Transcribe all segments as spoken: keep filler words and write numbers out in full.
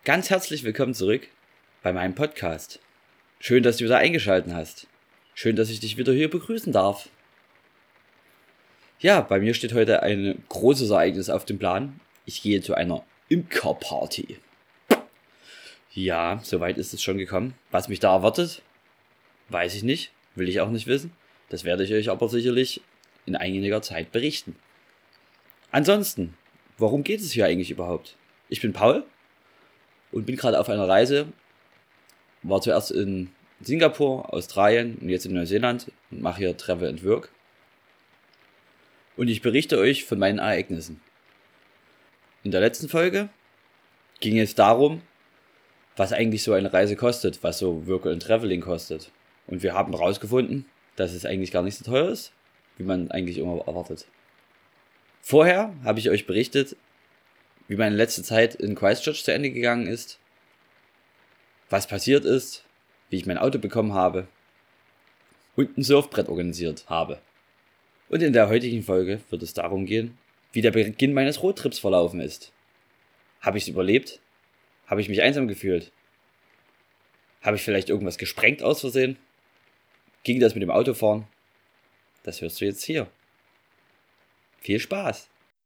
Ganz herzlich willkommen zurück bei meinem Podcast. Schön, dass du wieder eingeschaltet hast. Schön, dass ich dich wieder hier begrüßen darf. Ja, bei mir steht heute ein großes Ereignis auf dem Plan. Ich gehe zu einer Imkerparty. Ja, soweit ist es schon gekommen. Was mich da erwartet, weiß ich nicht, will ich auch nicht wissen. Das werde ich euch aber sicherlich in einiger Zeit berichten. Ansonsten, worum geht es hier eigentlich überhaupt? Ich bin Paul und bin gerade auf einer Reise. War zuerst in Singapur, Australien und jetzt in Neuseeland und mache hier Travel and Work. Und ich berichte euch von meinen Ereignissen. In der letzten Folge ging es darum, was eigentlich so eine Reise kostet, was so Work and Traveling kostet. Und wir haben herausgefunden, dass es eigentlich gar nicht so teuer ist, wie man eigentlich immer erwartet. Vorher habe ich euch berichtet, wie meine letzte Zeit in Christchurch zu Ende gegangen ist, was passiert ist, wie ich mein Auto bekommen habe und ein Surfbrett organisiert habe. Und in der heutigen Folge wird es darum gehen, wie der Beginn meines Roadtrips verlaufen ist. Habe ich es überlebt? Habe ich mich einsam gefühlt? Habe ich vielleicht irgendwas gesprengt aus Versehen? Ging das mit dem Autofahren? Das hörst du jetzt hier. Viel Spaß!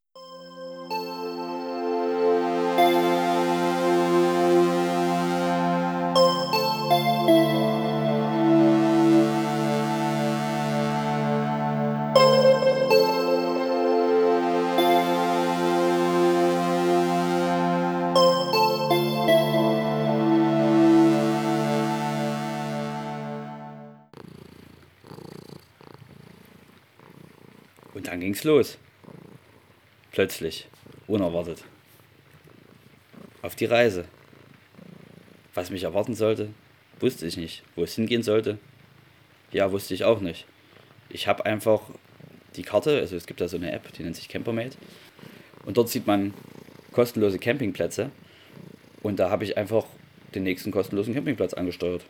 Und dann ging's los. Plötzlich, unerwartet. Auf die Reise. Was mich erwarten sollte, wusste ich nicht. Wo es hingehen sollte, ja, wusste ich auch nicht. Ich habe einfach die Karte, also es gibt da so eine App, die nennt sich Campermate. Und dort sieht man kostenlose Campingplätze. Und da habe ich einfach den nächsten kostenlosen Campingplatz angesteuert.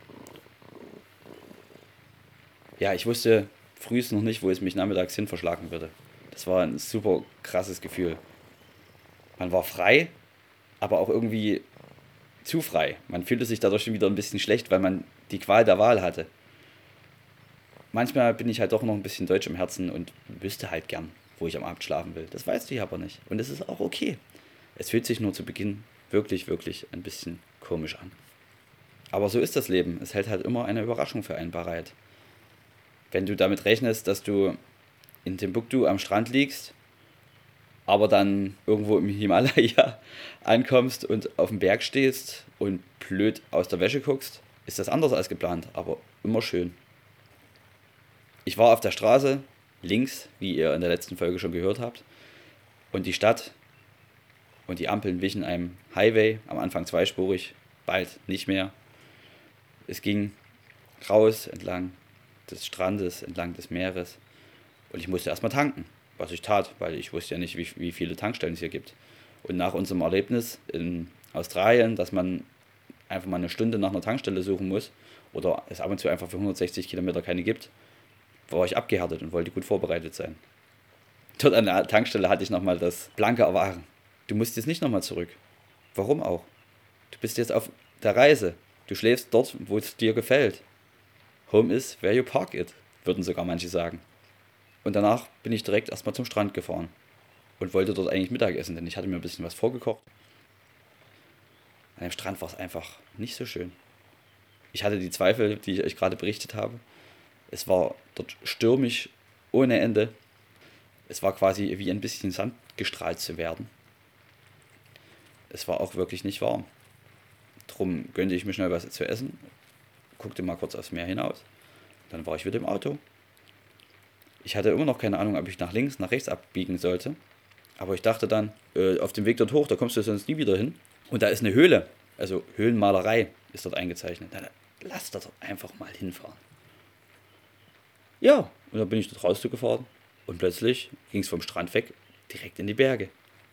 Ja, ich wusste frühestens noch nicht, wo es mich nachmittags hin verschlagen würde. Das war ein super krasses Gefühl. Man war frei, aber auch irgendwie zu frei. Man fühlte sich dadurch schon wieder ein bisschen schlecht, weil man die Qual der Wahl hatte. Manchmal bin ich halt doch noch ein bisschen deutsch im Herzen und wüsste halt gern, wo ich am Abend schlafen will. Das weißt du ja aber nicht. Und es ist auch okay. Es fühlt sich nur zu Beginn wirklich, wirklich ein bisschen komisch an. Aber so ist das Leben. Es hält halt immer eine Überraschung für einen bereit. Wenn du damit rechnest, dass du in Timbuktu am Strand liegst, aber dann irgendwo im Himalaya ankommst und auf dem Berg stehst und blöd aus der Wäsche guckst, ist das anders als geplant, aber immer schön. Ich war auf der Straße, links, wie ihr in der letzten Folge schon gehört habt, und die Stadt und die Ampeln wichen einem Highway, am Anfang zweispurig, bald nicht mehr. Es ging raus entlang des Strandes, entlang des Meeres. Und ich musste erstmal tanken, was ich tat, weil ich wusste ja nicht, wie, wie viele Tankstellen es hier gibt. Und nach unserem Erlebnis in Australien, dass man einfach mal eine Stunde nach einer Tankstelle suchen muss oder es ab und zu einfach für hundertsechzig Kilometer keine gibt, war ich abgehärtet und wollte gut vorbereitet sein. Dort an der Tankstelle hatte ich nochmal das blanke Erwachen. Du musst jetzt nicht nochmal zurück. Warum auch? Du bist jetzt auf der Reise. Du schläfst dort, wo es dir gefällt. Home is where you park it, würden sogar manche sagen. Und danach bin ich direkt erstmal zum Strand gefahren und wollte dort eigentlich Mittag essen, denn ich hatte mir ein bisschen was vorgekocht. An dem Strand war es einfach nicht so schön. Ich hatte die Zweifel, die ich euch gerade berichtet habe. Es war dort stürmisch ohne Ende. Es war quasi wie ein bisschen Sand gestrahlt zu werden. Es war auch wirklich nicht warm. Drum gönnte ich mir schnell was zu essen, guckte mal kurz aufs Meer hinaus. Dann war ich wieder im Auto. Ich hatte immer noch keine Ahnung, ob ich nach links, nach rechts abbiegen sollte. Aber ich dachte dann, äh, auf dem Weg dort hoch, da kommst du sonst nie wieder hin. Und da ist eine Höhle, also Höhlenmalerei ist dort eingezeichnet. Dann lass da dort einfach mal hinfahren. Ja, und dann bin ich dort rausgefahren. Und plötzlich ging es vom Strand weg direkt in die Berge.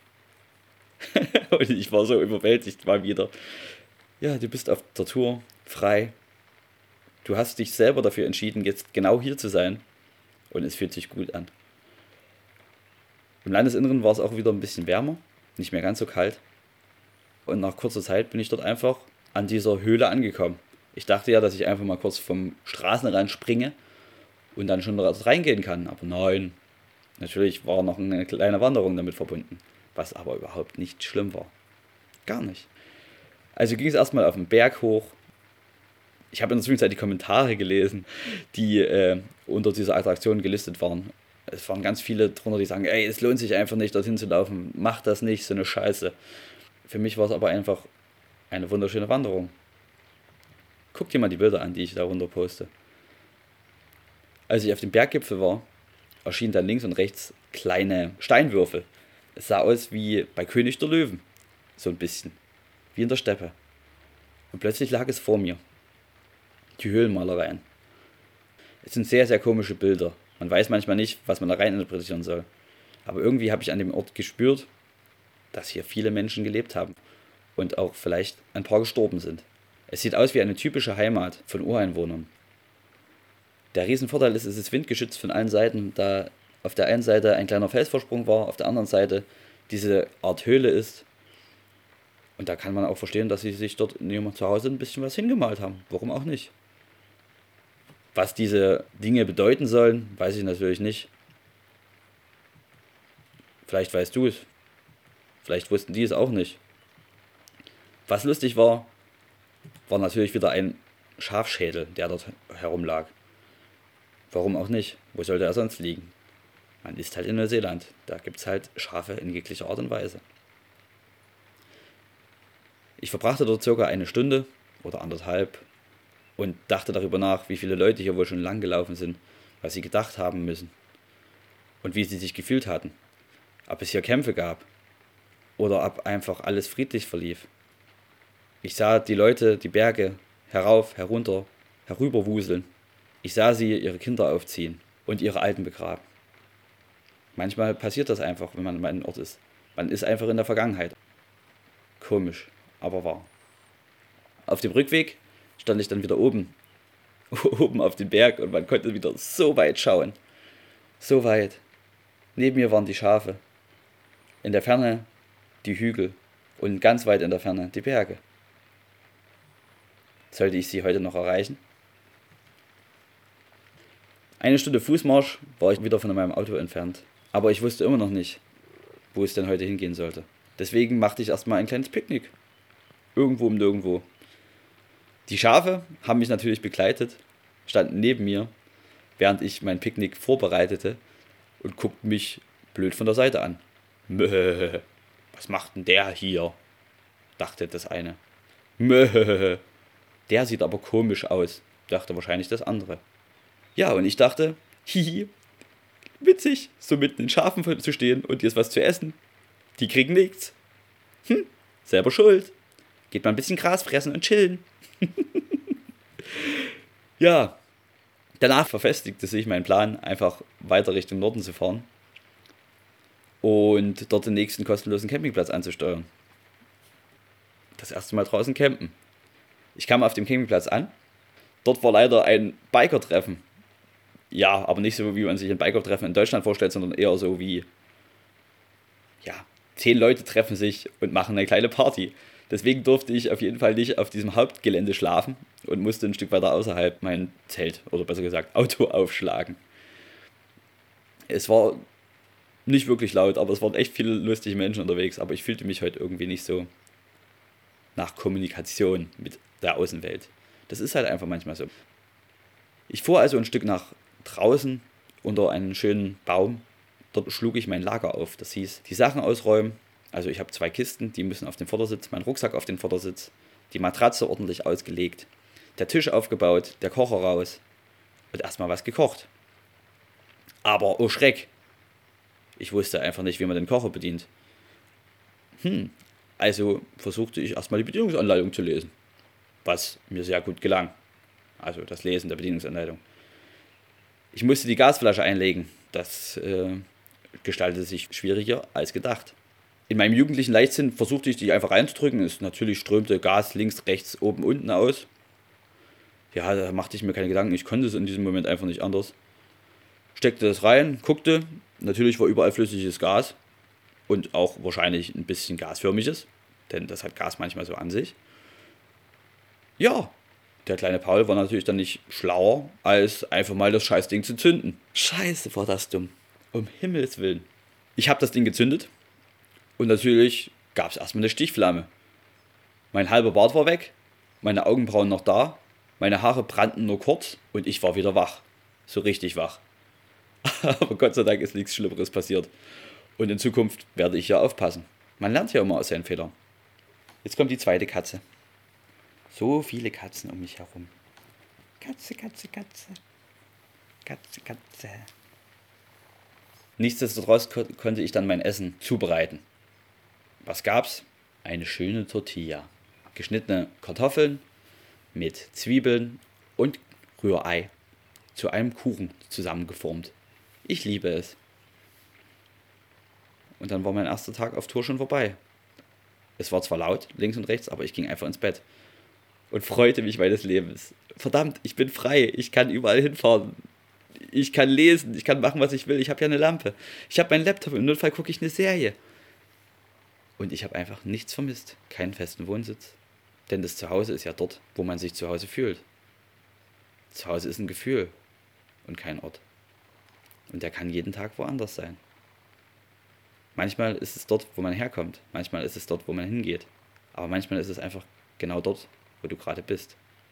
Und ich war so überwältigt mal wieder. Ja, du bist auf der Tour frei. Du hast dich selber dafür entschieden, jetzt genau hier zu sein. Und es fühlt sich gut an. Im Landesinneren war es auch wieder ein bisschen wärmer, nicht mehr ganz so kalt. Und nach kurzer Zeit bin ich dort einfach an dieser Höhle angekommen. Ich dachte ja, dass ich einfach mal kurz vom Straßenrand springe und dann schon dort reingehen kann. Aber nein, natürlich war noch eine kleine Wanderung damit verbunden, was aber überhaupt nicht schlimm war. Gar nicht. Also ging es erstmal auf den Berg hoch. Ich habe in der Zwischenzeit die Kommentare gelesen, die äh, unter dieser Attraktion gelistet waren. Es waren ganz viele drunter, die sagen, ey, es lohnt sich einfach nicht, dorthin zu laufen. Mach das nicht, so eine Scheiße. Für mich war es aber einfach eine wunderschöne Wanderung. Guck dir mal die Bilder an, die ich da runter poste. Als ich auf dem Berggipfel war, erschienen dann links und rechts kleine Steinwürfel. Es sah aus wie bei König der Löwen. So ein bisschen. Wie in der Steppe. Und plötzlich lag es vor mir. Die Höhlenmalereien. Es sind sehr, sehr komische Bilder. Man weiß manchmal nicht, was man da rein interpretieren soll. Aber irgendwie habe ich an dem Ort gespürt, dass hier viele Menschen gelebt haben. Und auch vielleicht ein paar gestorben sind. Es sieht aus wie eine typische Heimat von Ureinwohnern. Der Riesenvorteil ist, es ist windgeschützt von allen Seiten, da auf der einen Seite ein kleiner Felsvorsprung war, auf der anderen Seite diese Art Höhle ist. Und da kann man auch verstehen, dass sie sich dort in ihrem Zuhause ein bisschen was hingemalt haben. Warum auch nicht? Was diese Dinge bedeuten sollen, weiß ich natürlich nicht. Vielleicht weißt du es. Vielleicht wussten die es auch nicht. Was lustig war, war natürlich wieder ein Schafschädel, der dort herumlag. Warum auch nicht? Wo sollte er sonst liegen? Man ist halt in Neuseeland. Da gibt es halt Schafe in jeglicher Art und Weise. Ich verbrachte dort circa eine Stunde oder anderthalb und dachte darüber nach, wie viele Leute hier wohl schon lang gelaufen sind, was sie gedacht haben müssen und wie sie sich gefühlt hatten. Ob es hier Kämpfe gab oder ob einfach alles friedlich verlief. Ich sah die Leute die Berge herauf, herunter, herüberwuseln. Ich sah sie ihre Kinder aufziehen und ihre Alten begraben. Manchmal passiert das einfach, wenn man an einem Ort ist. Man ist einfach in der Vergangenheit. Komisch, aber wahr. Auf dem Rückweg stand ich dann wieder oben, oben auf dem Berg und man konnte wieder so weit schauen. So weit. Neben mir waren die Schafe. In der Ferne die Hügel und ganz weit in der Ferne die Berge. Sollte ich sie heute noch erreichen? Eine Stunde Fußmarsch war ich wieder von meinem Auto entfernt. Aber ich wusste immer noch nicht, wo es denn heute hingehen sollte. Deswegen machte ich erstmal ein kleines Picknick. Irgendwo um nirgendwo. Die Schafe haben mich natürlich begleitet, standen neben mir, während ich mein Picknick vorbereitete und guckten mich blöd von der Seite an. Möh, was macht denn der hier? Dachte das eine. Möh, der sieht aber komisch aus, dachte wahrscheinlich das andere. Ja, und ich dachte, hihi, witzig, so mitten in Schafen zu stehen und hier ist was zu essen. Die kriegen nichts. Hm, selber schuld. Geht mal ein bisschen Gras fressen und chillen. Ja, danach verfestigte sich mein Plan, einfach weiter Richtung Norden zu fahren und dort den nächsten kostenlosen Campingplatz anzusteuern. Das erste Mal draußen campen. Ich kam auf dem Campingplatz an. Dort war leider ein Biker-Treffen. Ja, aber nicht so, wie man sich ein Biker-Treffen in Deutschland vorstellt, sondern eher so wie, ja, zehn Leute treffen sich und machen eine kleine Party. Deswegen durfte ich auf jeden Fall nicht auf diesem Hauptgelände schlafen und musste ein Stück weiter außerhalb mein Zelt, oder besser gesagt Auto, aufschlagen. Es war nicht wirklich laut, aber es waren echt viele lustige Menschen unterwegs, aber ich fühlte mich heute irgendwie nicht so nach Kommunikation mit der Außenwelt. Das ist halt einfach manchmal so. Ich fuhr also ein Stück nach draußen unter einen schönen Baum. Dort schlug ich mein Lager auf. Das hieß, die Sachen ausräumen. Also ich habe zwei Kisten, die müssen auf den Vordersitz, mein Rucksack auf den Vordersitz, die Matratze ordentlich ausgelegt, der Tisch aufgebaut, der Kocher raus und erstmal was gekocht. Aber oh Schreck, ich wusste einfach nicht, wie man den Kocher bedient. Hm, also versuchte ich erstmal die Bedienungsanleitung zu lesen, was mir sehr gut gelang. Also das Lesen der Bedienungsanleitung. Ich musste die Gasflasche einlegen. Das äh, gestaltete sich schwieriger als gedacht. In meinem jugendlichen Leichtsinn versuchte ich die einfach reinzudrücken. Es natürlich strömte Gas links, rechts, oben, unten aus. Ja, da machte ich mir keine Gedanken. Ich konnte es in diesem Moment einfach nicht anders. Steckte das rein, guckte. Natürlich war überall flüssiges Gas und auch wahrscheinlich ein bisschen gasförmiges. denn das hat Gas manchmal so an sich. Ja, der kleine Paul war natürlich dann nicht schlauer, als einfach mal das Scheißding zu zünden. Scheiße, war das dumm. Um Himmels Willen. Ich habe das Ding gezündet und natürlich gab es erstmal eine Stichflamme. Mein halber Bart war weg, meine Augenbrauen noch da, meine Haare brannten nur kurz und ich war wieder wach. So richtig wach. Aber Gott sei Dank ist nichts Schlimmeres passiert. Und in Zukunft werde ich ja aufpassen. Man lernt ja immer aus seinen Fehlern. Jetzt kommt die zweite Katze. So viele Katzen um mich herum. Katze, Katze, Katze. Katze, Katze. Nichtsdestotrotz ko- konnte ich dann mein Essen zubereiten. Was gab's? Eine schöne Tortilla. Geschnittene Kartoffeln mit Zwiebeln und Rührei zu einem Kuchen zusammengeformt. Ich liebe es. Und dann war mein erster Tag auf Tour schon vorbei. Es war zwar laut, links und rechts, aber ich ging einfach ins Bett und freute mich meines Lebens. Verdammt, ich bin frei, ich kann überall hinfahren. Ich kann lesen, ich kann machen, was ich will. Ich habe ja eine Lampe. Ich habe meinen Laptop, im Notfall gucke ich eine Serie. Und ich habe einfach nichts vermisst. Keinen festen Wohnsitz. Denn das Zuhause ist ja dort, wo man sich zu Hause fühlt. Zuhause ist ein Gefühl und kein Ort. Und der kann jeden Tag woanders sein. Manchmal ist es dort, wo man herkommt. Manchmal ist es dort, wo man hingeht. Aber manchmal ist es einfach genau dort, wo du gerade bist.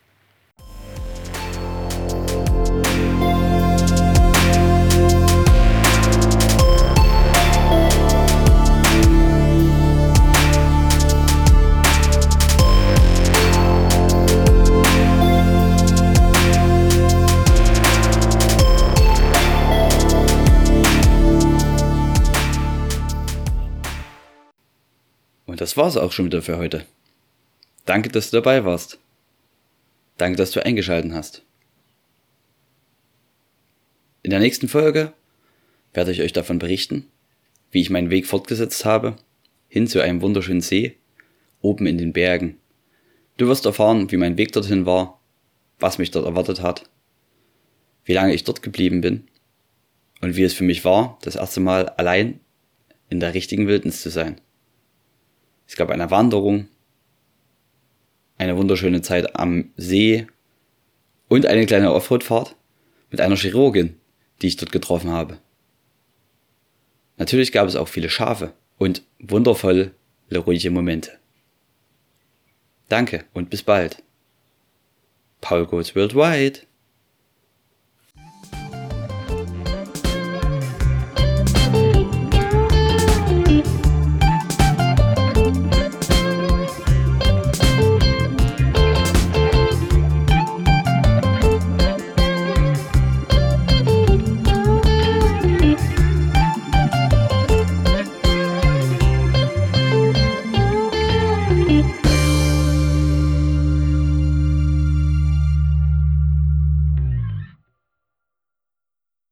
Und das war's auch schon wieder für heute. Danke, dass du dabei warst. Danke, dass du eingeschaltet hast. In der nächsten Folge werde ich euch davon berichten, wie ich meinen Weg fortgesetzt habe, hin zu einem wunderschönen See, oben in den Bergen. Du wirst erfahren, wie mein Weg dorthin war, was mich dort erwartet hat, wie lange ich dort geblieben bin und wie es für mich war, das erste Mal allein in der richtigen Wildnis zu sein. Es gab eine Wanderung, eine wunderschöne Zeit am See und eine kleine Offroad-Fahrt mit einer Chirurgin, die ich dort getroffen habe. Natürlich gab es auch viele Schafe und wundervolle, ruhige Momente. Danke und bis bald. Paul Goes Worldwide.